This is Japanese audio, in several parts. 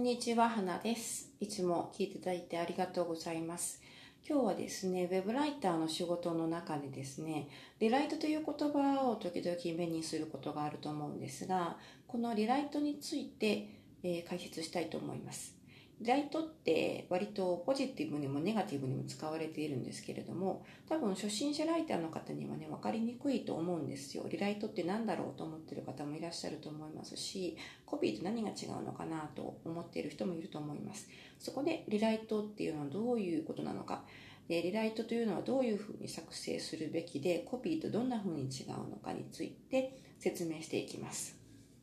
にちは、花です。いつも聞いていただいてありがとうございます。今日はですね、ウェブライターの仕事の中でですね、リライトという言葉を時々目にすることがあると思うんですが、このリライトについて、解説したいと思います。リライトって割とポジティブにもネガティブにも使われているんですけれども、多分初心者ライターの方にはね、分かりにくいと思うんですよ。リライトって何だろうと思っている方もいらっしゃると思いますし、コピーと何が違うのかなと思っている人もいると思います。そこでリライトっていうのはどういうことなのか、リライトというのはどういうふうに作成するべきで、コピーとどんなふうに違うのかについて説明していきます。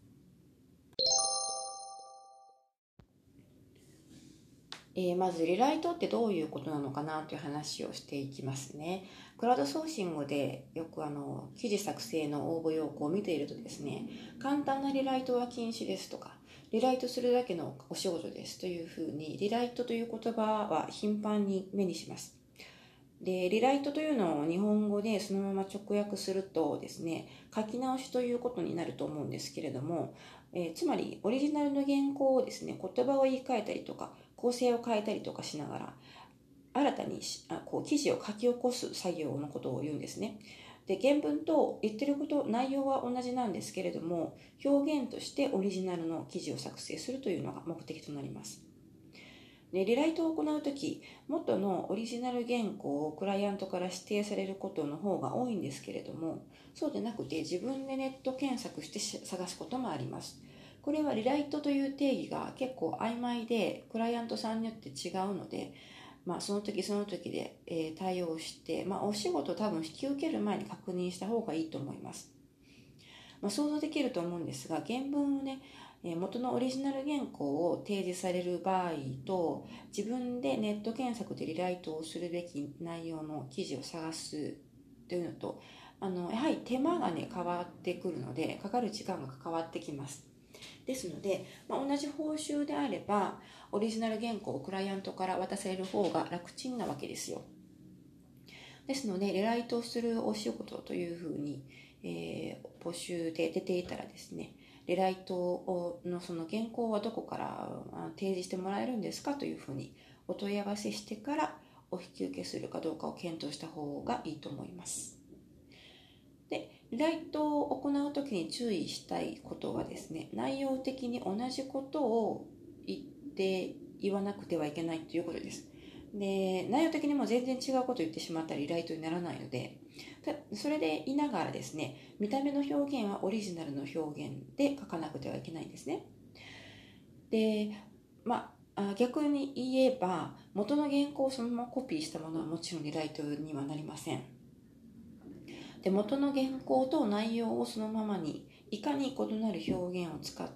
まずリライトってどういうことなのかなという話をしていきますね。クラウドソーシングでよく記事作成の応募要項を見ているとですね、簡単なリライトは禁止ですとか、リライトするだけのお仕事ですというふうに、リライトという言葉は頻繁に目にします。で、リライトというのを日本語でそのまま直訳するとですね、書き直しということになると思うんですけれども、つまりオリジナルの原稿をですね、言葉を言い換えたりとか構成を変えたりとかしながら新たに記事を書き起こす作業のことを言うんですね。で、原文と言ってること、内容は同じなんですけれども、表現としてオリジナルの記事を作成するというのが目的となります。で、リライトを行うとき、元のオリジナル原稿をクライアントから指定されることの方が多いんですけれども、そうでなくて自分でネット検索して探すこともあります。これはリライトという定義が結構曖昧で、クライアントさんによって違うので、その時その時で、対応して、お仕事を多分引き受ける前に確認した方がいいと思います。想像できると思うんですが、原文をね、元のオリジナル原稿を提示される場合と、自分でネット検索でリライトをするべき内容の記事を探すというのと、やはり手間がね、変わってくるので、かかる時間が変わってきます。ですので、同じ報酬であれば、オリジナル原稿をクライアントから渡される方が楽ちんなわけですよ。ですので、リライトをするお仕事というふうに、募集で出ていたらですね、リライトのその原稿はどこから提示してもらえるんですかというふうにお問い合わせしてからお引き受けするかどうかを検討した方がいいと思います。で、リライトを行うときに注意したいことはですね、内容的に同じことを言わなくてはいけないということです。で、内容的にも全然違うことを言ってしまったらリライトにならないので、それで言いながらですね、見た目の表現はオリジナルの表現で書かなくてはいけないんですね。で、逆に言えば、元の原稿をそのままコピーしたものはもちろんリライトにはなりません。で、元の原稿と内容をそのままに、いかに異なる表現を使って、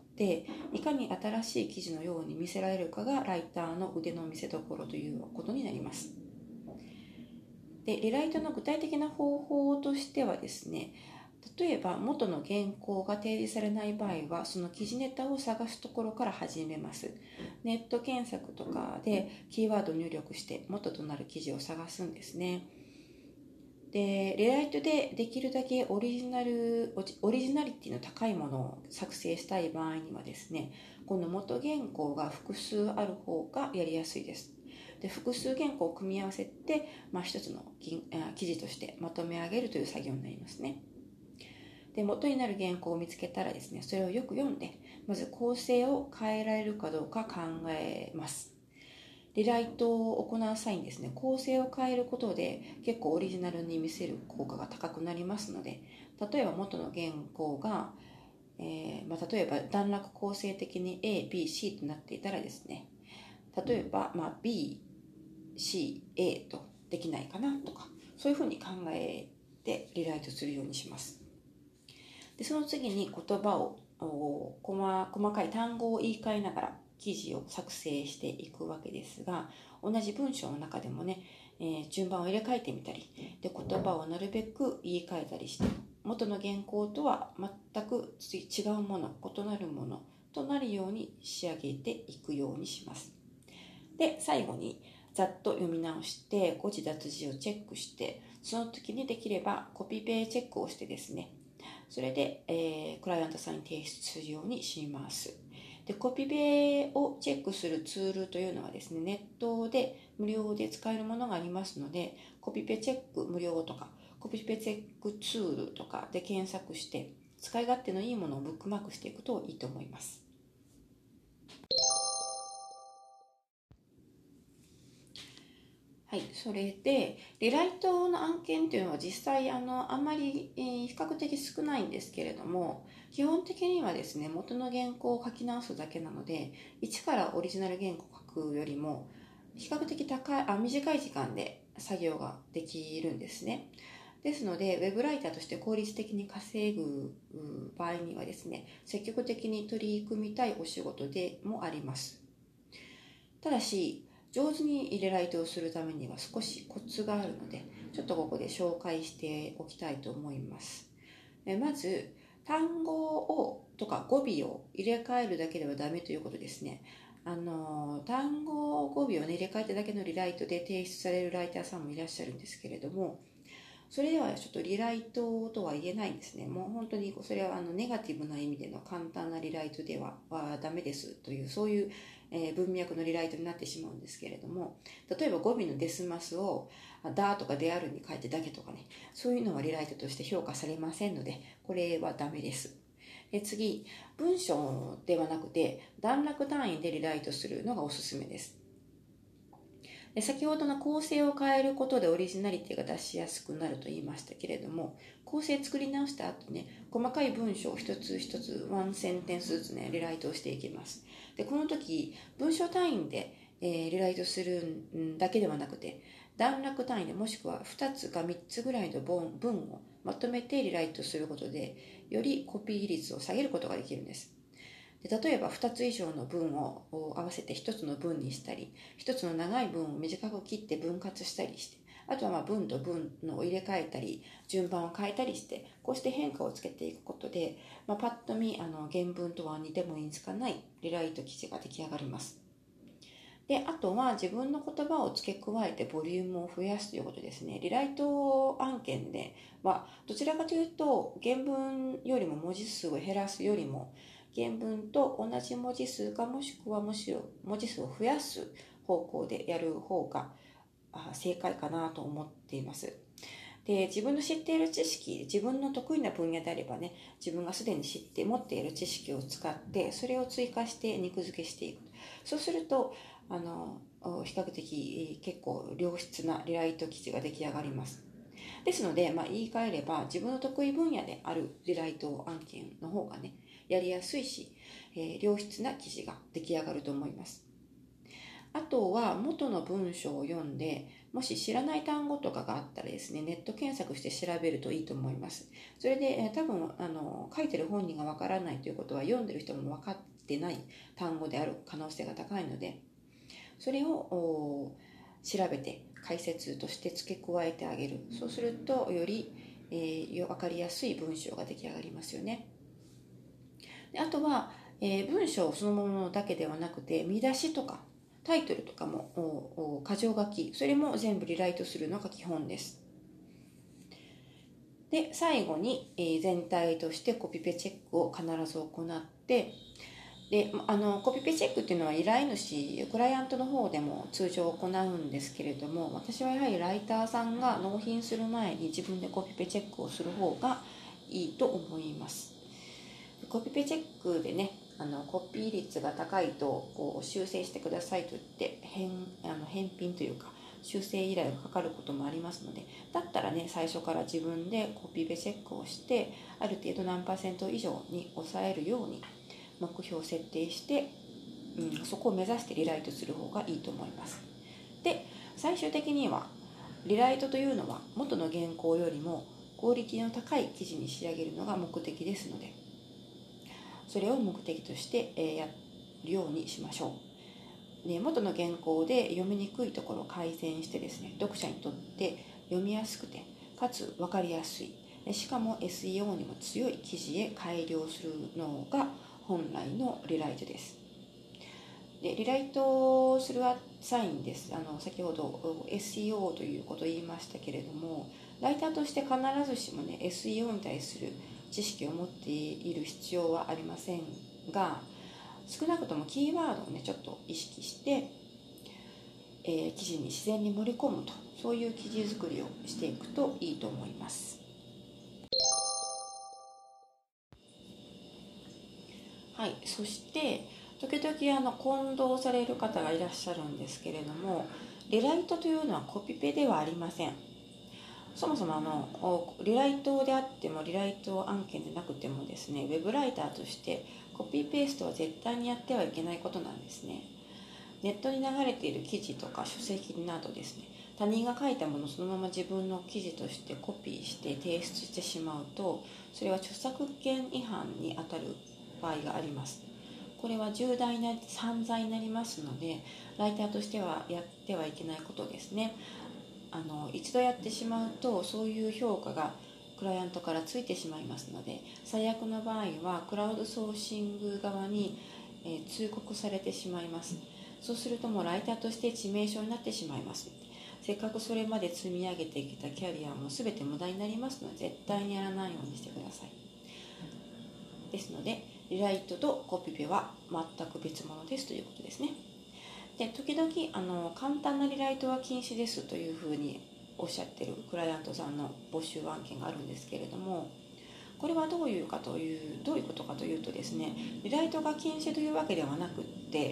いかに新しい記事のように見せられるかがライターの腕の見せ所ということになります。で、リライトの具体的な方法としてはですね、例えば元の原稿が提示されない場合は、その記事ネタを探すところから始めます。ネット検索とかでキーワードを入力して元となる記事を探すんですね。で、リライトでできるだけオリジナリティの高いものを作成したい場合にはですね、この元原稿が複数ある方がやりやすいです。で、複数原稿を組み合わせて、一つの記事としてまとめ上げるという作業になりますね。で、元になる原稿を見つけたらですね、それをよく読んで、まず構成を変えられるかどうか考えます。リライトを行う際にですね、構成を変えることで結構オリジナルに見せる効果が高くなりますので、例えば元の原稿が、例えば段落構成的に A、B、C となっていたらですね、例えば、B、C、A とできないかなとか、そういうふうに考えてリライトするようにします。で、その次に言葉を細かい単語を言い換えながら記事を作成していくわけですが、同じ文章の中でもね、順番を入れ替えてみたりで、言葉をなるべく言い換えたりして、元の原稿とは全く違うもの、異なるものとなるように仕上げていくようにします。で、最後にざっと読み直して誤字脱字をチェックして、その時にできればコピペチェックをしてですね、それで、クライアントさんに提出するようにします。 でコピペをチェックするツールというのはですね、ネットで無料で使えるものがありますので、コピペチェック無料とかコピペチェックツールとかで検索して使い勝手のいいものをブックマークしていくといいと思います。はい、それでリライトの案件というのは実際あんまり、比較的少ないんですけれども、基本的にはですね、元の原稿を書き直すだけなので、一からオリジナル原稿を書くよりも比較的短い時間で作業ができるんですね。ですので、ウェブライターとして効率的に稼ぐ場合にはですね、積極的に取り組みたいお仕事でもあります。ただし、上手にリライトをするためには少しコツがあるので、ちょっとここで紹介しておきたいと思います。まず、単語とか語尾を入れ替えるだけではダメということですね。単語語尾を、入れ替えただけのリライトで提出されるライターさんもいらっしゃるんですけれども、それではちょっとリライトとは言えないんですね。もう本当にそれはネガティブな意味での簡単なリライトではダメですという、そういう文脈のリライトになってしまうんですけれども、例えば語尾のデスマスをだとかであるに変えてだけとかね、そういうのはリライトとして評価されませんので、これはダメです。次、文章ではなくて段落単位でリライトするのがおすすめです。先ほどの構成を変えることでオリジナリティが出しやすくなると言いましたけれども、構成作り直した後ね、細かい文章を一つ一つワンセンテンスずつね、リライトをしていきます。で、この時、文章単位で、リライトするだけではなくて、段落単位でもしくは2つか3つぐらいの文をまとめてリライトすることで、よりコピー率を下げることができるんです。で、例えば2つ以上の文を合わせて1つの文にしたり、1つの長い文を短く切って分割したりして、あとは文と文の入れ替えたり順番を変えたりして、こうして変化をつけていくことで、パッと見原文とは似ても似つかないリライト記事が出来上がります。で、あとは自分の言葉を付け加えてボリュームを増やすということですね。リライト案件ではどちらかというと原文よりも文字数を減らすよりも、原文と同じ文字数かもしくはむしろ文字数を増やす方向でやる方が正解かなと思っています。で、自分の知っている知識、自分の得意な分野であればね、自分がすでに知って持っている知識を使ってそれを追加して肉付けしていく。そうすると比較的結構良質なリライト記事が出来上がります。ですので、言い換えれば自分の得意分野であるリライト案件の方がね、やりやすいし、良質な記事が出来上がると思います。あとは元の文章を読んで、もし知らない単語とかがあったらですね、ネット検索して調べるといいと思います。それで、多分書いてる本人がわからないということは読んでる人も分かってない単語である可能性が高いので、それを調べて解説として付け加えてあげる。そうするとより、分かりやすい文章が出来上がりますよね。で、あとは、文章そのものだけではなくて見出しとかタイトルとかも箇条書き、それも全部リライトするのが基本です。で、最後に、全体としてコピペチェックを必ず行って、で、コピペチェックっていうのは依頼主、クライアントの方でも通常行うんですけれども、私はやはりライターさんが納品する前に自分でコピペチェックをする方がいいと思います。コピペチェックでね、コピー率が高いとこう修正してくださいと言って返品というか修正依頼がかかることもありますので、だったらね、最初から自分でコピペチェックをしてある程度何%以上に抑えるように目標を設定して、そこを目指してリライトする方がいいと思います。で、最終的にはリライトというのは元の原稿よりもクオリティの高い記事に仕上げるのが目的ですので、それを目的としてやるようにしましょう。で、元の原稿で読みにくいところを改善してですね、読者にとって読みやすくてかつ分かりやすい、しかも SEO にも強い記事へ改良するのが本来のリライトです。で、リライトするサインです。先ほど SEO ということを言いましたけれども、ライターとして必ずしもね SEO に対する知識を持っている必要はありませんが、 少なくともキーワードをねちょっと意識して、記事に自然に盛り込むと、そういう記事作りをしていくといいと思います。はい、そして時々混同される方がいらっしゃるんですけれども、リライトというのはコピペではありません。そもそもリライトであってもリライト案件でなくてもですね、ウェブライターとしてコピーペーストは絶対にやってはいけないことなんですね。ネットに流れている記事とか書籍などですね、他人が書いたものをそのまま自分の記事としてコピーして提出してしまうと、それは著作権違反にあたる場合があります。これは重大な犯罪になりますので、ライターとしてはやってはいけないことですね。一度やってしまうと、そういう評価がクライアントからついてしまいますので、最悪の場合はクラウドソーシング側に、通告されてしまいます。そうするともうライターとして致命傷になってしまいます。せっかくそれまで積み上げてきたキャリアも全て無駄になりますので、絶対にやらないようにしてください。ですので、リライトとコピペは全く別物ですということですね。で、時々簡単なリライトは禁止ですというふうにおっしゃってるクライアントさんの募集案件があるんですけれども、これはどういうことかというとですね、リライトが禁止というわけではなくって、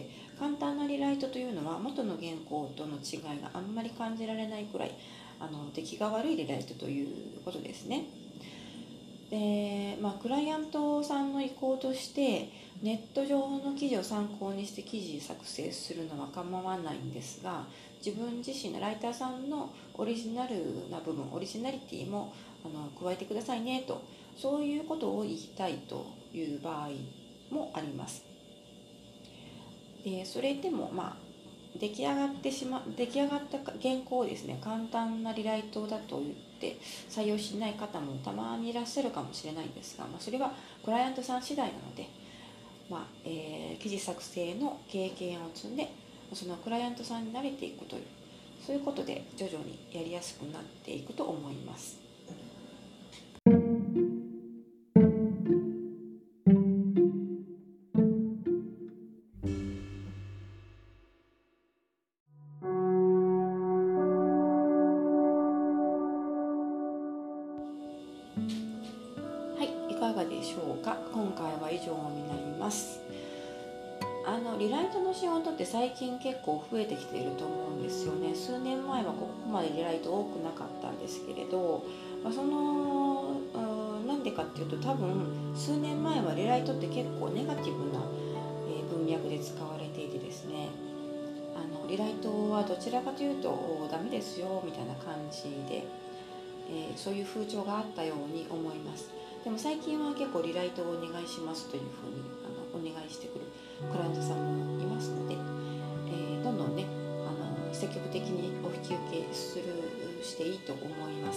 簡単なリライトというのは元の原稿との違いがあんまり感じられないくらい出来が悪いリライトということですね。で、クライアントさんの意向としてネット上の記事を参考にして記事作成するのは構わないんですが、自分自身のライターさんのオリジナルな部分、オリジナリティも加えてくださいねと、そういうことを言いたいという場合もあります。で、それでも出来上がった原稿をですね、簡単なリライトだと言って採用しない方もたまにいらっしゃるかもしれないんですが、それはクライアントさん次第なので、記事作成の経験を積んで、そのクライアントさんに慣れていくという、そういうことで徐々にやりやすくなっていくと思います。はい、いかがでしょうか。今回は以上になります。リライトの仕事って最近結構増えてきていると思うんですよね。数年前はここまでリライト多くなかったんですけれど、なんでかっていうと、多分数年前はリライトって結構ネガティブな文脈で使われていてですね、リライトはどちらかというとダメですよみたいな感じで、そういう風潮があったように思います。でも最近は結構リライトをお願いしますというふうにお願いしてくるクライアントさんもいますので、どんどんね積極的にお引き受けしていいと思います。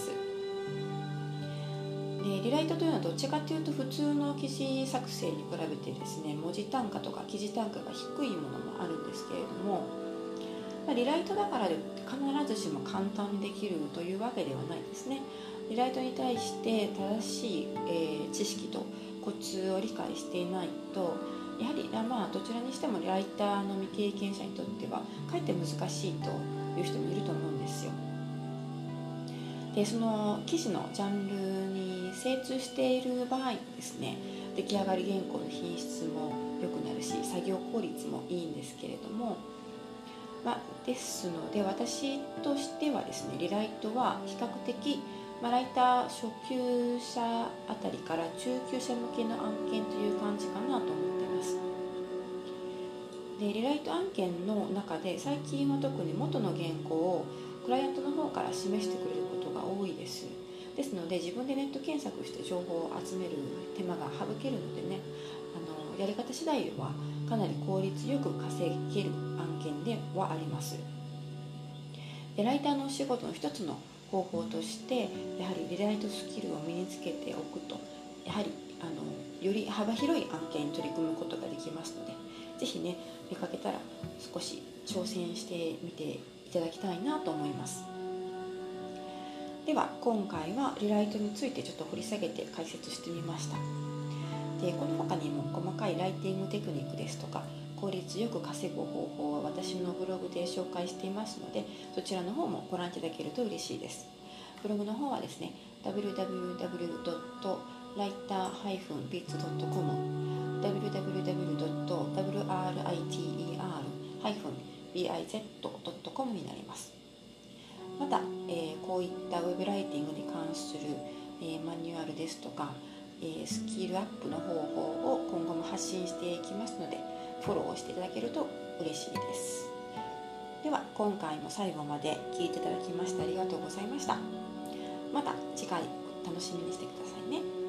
で、リライトというのはどっちかというと普通の記事作成に比べてですね、文字単価とか記事単価が低いものもあるんですけれども、リライトだからで必ずしも簡単にできるというわけではないですね。リライトに対して正しい、知識とコツを理解していないと、やはりどちらにしてもリライターの未経験者にとってはかえって難しいという人もいると思うんですよ。で、その記事のジャンルに精通している場合ですね、出来上がり原稿の品質も良くなるし、作業効率もいいんですけれども、ですので私としてはですね、リライトは比較的、ライター初級者あたりから中級者向けの案件という感じかなと思っています。で、リライト案件の中で最近は特に元の原稿をクライアントの方から示してくれることが多いです。ですので自分でネット検索して情報を集める手間が省けるのでね、やり方次第ではかなり効率よく稼げる案件ではあります。で、ライターのお仕事の一つの方法として、やはりリライトスキルを身につけておくと、やはりより幅広い案件に取り組むことができますので、ぜひね、見かけたら少し挑戦してみていただきたいなと思います。では今回はリライトについてちょっと掘り下げて解説してみました。 でこの他にも細かいライティングテクニックですとか効率よく稼ぐ方法は私のブログで紹介していますので、そちらの方もご覧いただけると嬉しいです。ブログの方はですね www.writer-biz.com www.writer-biz.com になります。また、こういったウェブライティングに関する、マニュアルですとか、スキルアップの方法を今後も発信していきますので、フォローしていただけると嬉しいです。では今回も最後まで聞いていただきましてありがとうございました。また次回楽しみにしてくださいね。